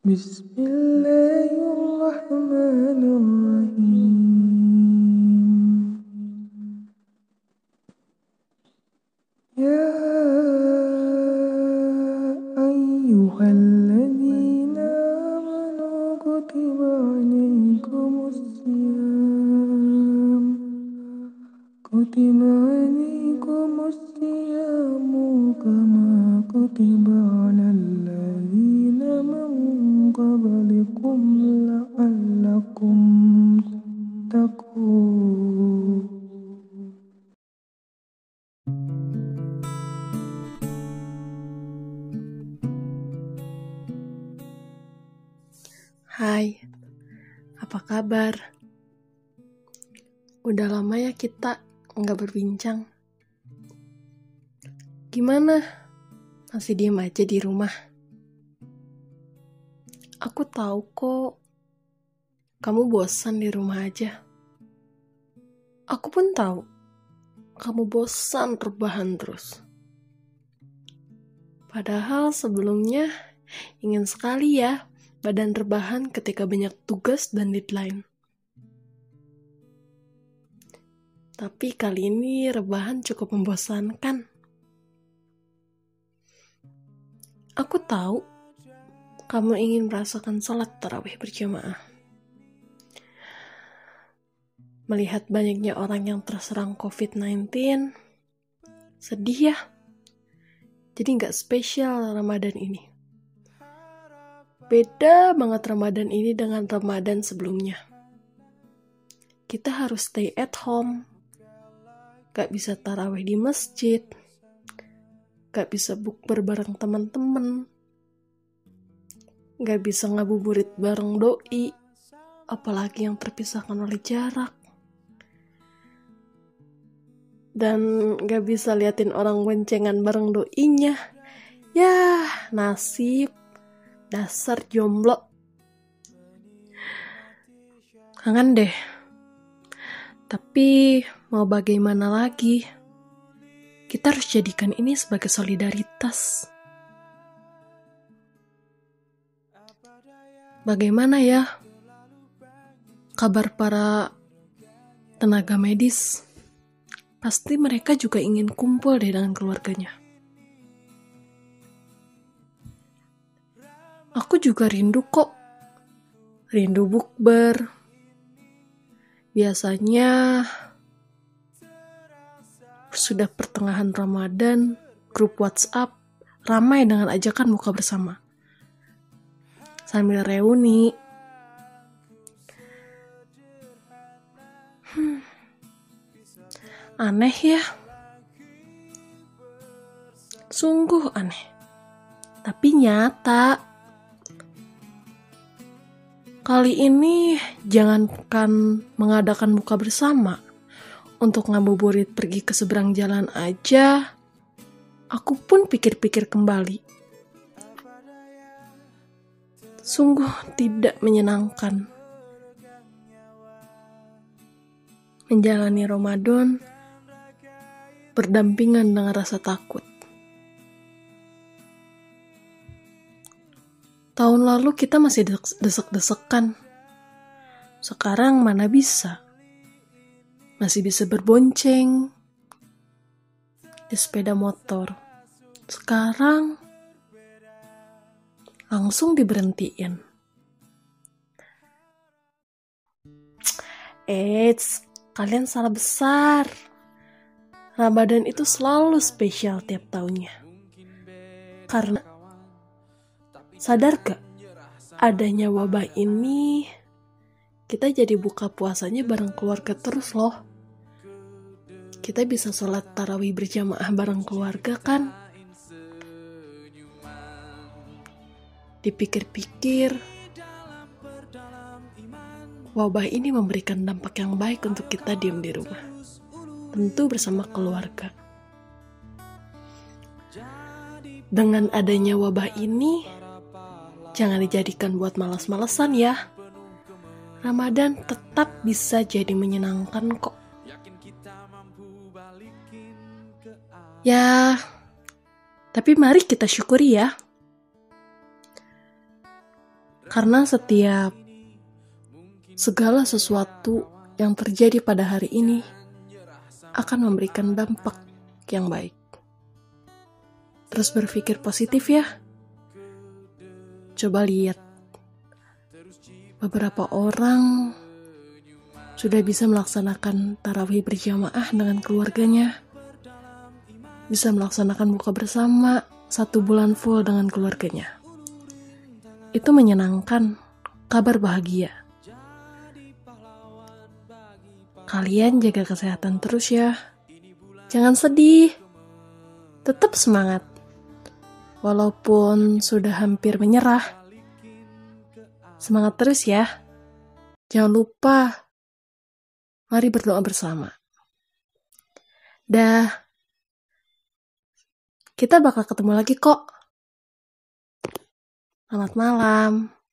Bismillahirrahmanirrahim. Ya ayyuhalladzina amanu kutiba alaikumusiyam. Kutiba alaikumusiyam kama kutiba alal ladzina min qablikum la'allakum tattaqun. Hai, apa kabar? Udah lama ya kita nggak berbincang. Gimana? Masih diem aja di rumah? Aku tahu kok, kamu bosan di rumah aja. Aku pun tahu, kamu bosan rebahan terus. Padahal sebelumnya ingin sekali ya badan rebahan ketika banyak tugas dan deadline. Tapi kali ini rebahan cukup membosankan. Aku tahu kamu ingin merasakan salat tarawih berjamaah. Melihat banyaknya orang yang terserang COVID-19, sedih ya. Jadi gak spesial Ramadan ini. Beda banget Ramadan ini dengan Ramadan sebelumnya. Kita harus stay at home. Gak bisa tarawih di masjid. Gak bisa bukber bareng teman-teman. Gak bisa ngabuburit bareng doi. Apalagi yang terpisahkan oleh jarak. Dan gak bisa liatin orang boncengan bareng doinya. Yah, nasib. Dasar jomblo. Kangen deh. Tapi mau bagaimana lagi? Kita harus jadikan ini sebagai solidaritas. Bagaimana ya kabar para tenaga medis? Pasti mereka juga ingin kumpul deh dengan keluarganya. Aku juga rindu kok. Rindu bukber. Biasanya sudah pertengahan Ramadan, grup WhatsApp ramai dengan ajakan buka bersama. Sambil reuni. Aneh ya. Sungguh aneh. Tapi nyata. Kali ini jangankan mengadakan buka bersama, untuk ngabuburit pergi ke seberang jalan aja, aku pun pikir-pikir kembali. Sungguh tidak menyenangkan. Menjalani Ramadan berdampingan dengan rasa takut. Tahun lalu kita masih desek-desekan. Sekarang mana bisa? Masih bisa berbonceng di sepeda motor. Sekarang langsung diberhentiin. Kalian salah besar. Ramadan itu selalu spesial tiap tahunnya. Karena sadar gak, adanya wabah ini, kita jadi buka puasanya bareng keluarga terus loh. Kita bisa sholat tarawih berjamaah bareng keluarga kan? Dipikir-pikir, wabah ini memberikan dampak yang baik untuk kita diam di rumah. Tentu bersama keluarga. Dengan adanya wabah ini, jangan dijadikan buat malas-malesan ya. Ramadan tetap bisa jadi menyenangkan kok. Ya, tapi mari kita syukuri ya. Karena segala sesuatu yang terjadi pada hari ini akan memberikan dampak yang baik. Terus berpikir positif ya. Coba lihat, beberapa orang sudah bisa melaksanakan tarawih berjamaah dengan keluarganya, bisa melaksanakan buka bersama 1 bulan full dengan keluarganya. Itu menyenangkan, kabar bahagia. Kalian jaga kesehatan terus ya. Jangan sedih, tetap semangat. Walaupun sudah hampir menyerah, semangat terus ya. Jangan lupa, mari berdoa bersama. Dah, kita bakal ketemu lagi kok. Selamat malam.